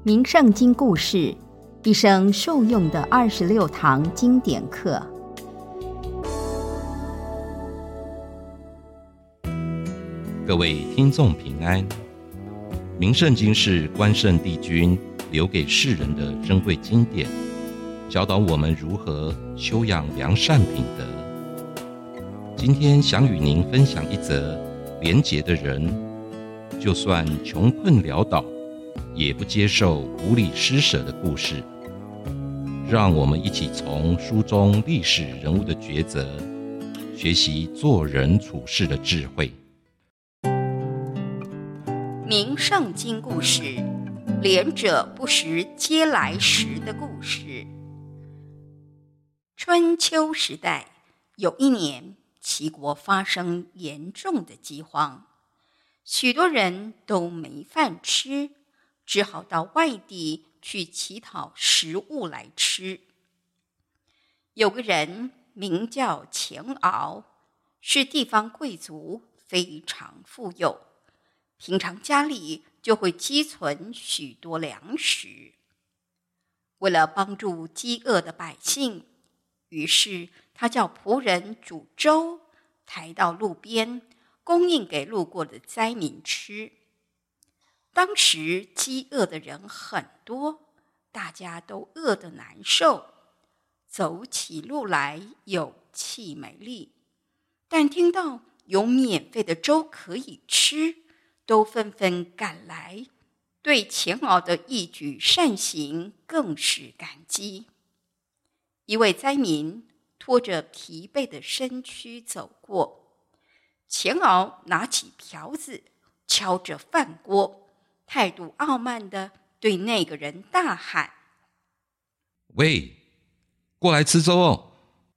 名圣经故事，一生受用的26堂经典课。 各位听众平安。名圣经是关圣帝君留给世人的珍贵经典，教导我们如何修养良善品德。今天想与您分享一则廉洁的人，就算穷困潦倒，也不接受无理施舍的故事。让我们一起从书中历史人物的抉择，学习做人处事的智慧。 名圣经故事，廉者不食嗟来食的故事。春秋时代，有一年，齐国发生严重的饥荒，许多人都没饭吃，只好到外地去乞讨食物来吃。有个人名叫钱敖，是地方贵族，非常富有，平常家里就会积存许多粮食。为了帮助饥饿的百姓，于是他叫仆人煮粥，抬到路边，供应给路过的灾民吃。当时饥饿的人很多，大家都饿得难受，走起路来有气没力，但听到有免费的粥可以吃，都纷纷赶来，对钱敖的一举善行更是感激。一位灾民拖着疲惫的身躯走过，钱敖拿起瓢子，敲着饭锅，态度傲慢地对那个人大喊： 喂，过来吃粥哦！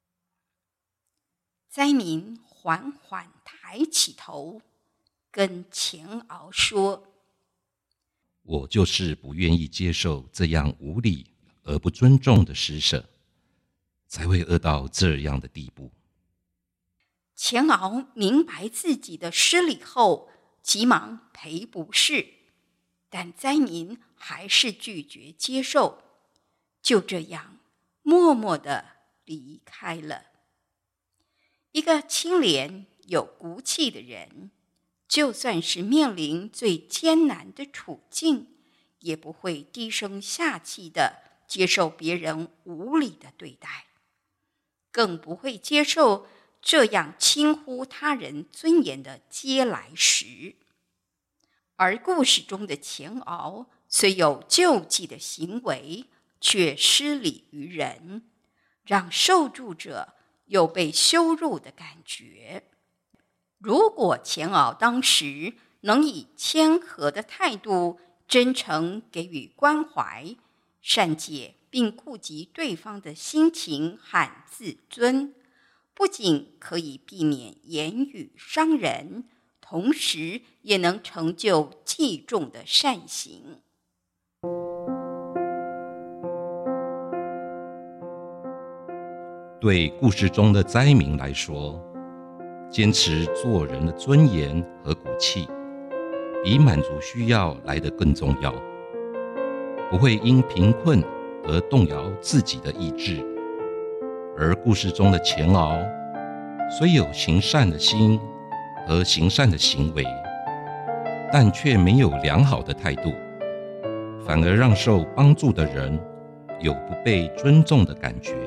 灾民缓缓抬起头，跟钱敖说： 我就是不愿意接受这样无理而不尊重的施舍，才会饿到这样的地步。 钱敖明白自己的失礼后，急忙赔不是，但灾民还是拒绝接受，就这样默默地离开了。一个清廉有骨气的人，就算是面临最艰难的处境，也不会低声下气地接受别人无理的对待，更不会接受这样轻忽他人尊严的嗟来食。而故事中的钱敖虽有救济的行为，却失礼于人，让受助者有被羞辱的感觉。如果钱敖当时能以谦和的态度真诚给予关怀，善解并顾及对方的心情和自尊，不仅可以避免言语伤人，同时也能成就济众的善行。 对故事中的灾民来说，坚持做人的尊严和骨气，比满足需要来得更重要，不会因贫困而动摇自己的意志。而故事中的钱敖，虽有行善的心和行善的行为，但却没有良好的态度，反而让受帮助的人有不被尊重的感觉。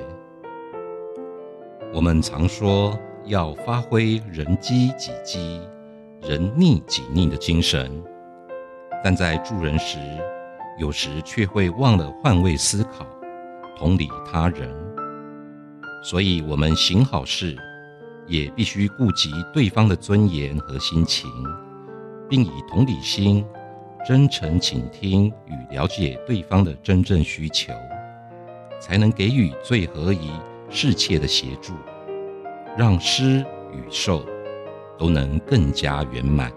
我们常说要发挥人饥己饥、人逆己逆的精神，但在助人时，有时却会忘了换位思考，同理他人。所以我们行好事，也必须顾及对方的尊严和心情，并以同理心真诚倾听与了解对方的真正需求，才能给予最合宜适切的协助，让施与受都能更加圆满。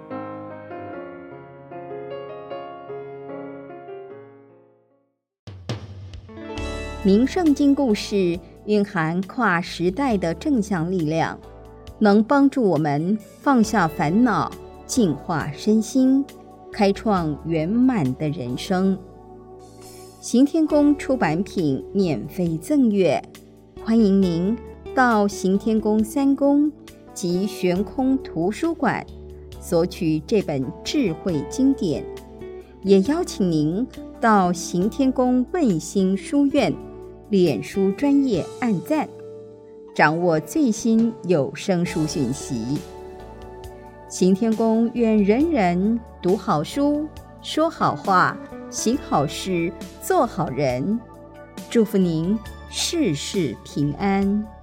名圣经故事蕴含跨时代的正向力量，能帮助我们放下烦恼，净化身心，开创圆满的人生。 行天宫出版品免费赠阅，欢迎您到行天宫3宫及悬空图书馆索取这本智慧经典，也邀请您到行天宫问心书院脸书专页按赞，掌握最新有声书讯息。行天宫愿人人读好书，说好话，行好事，做好人。祝福您事事平安。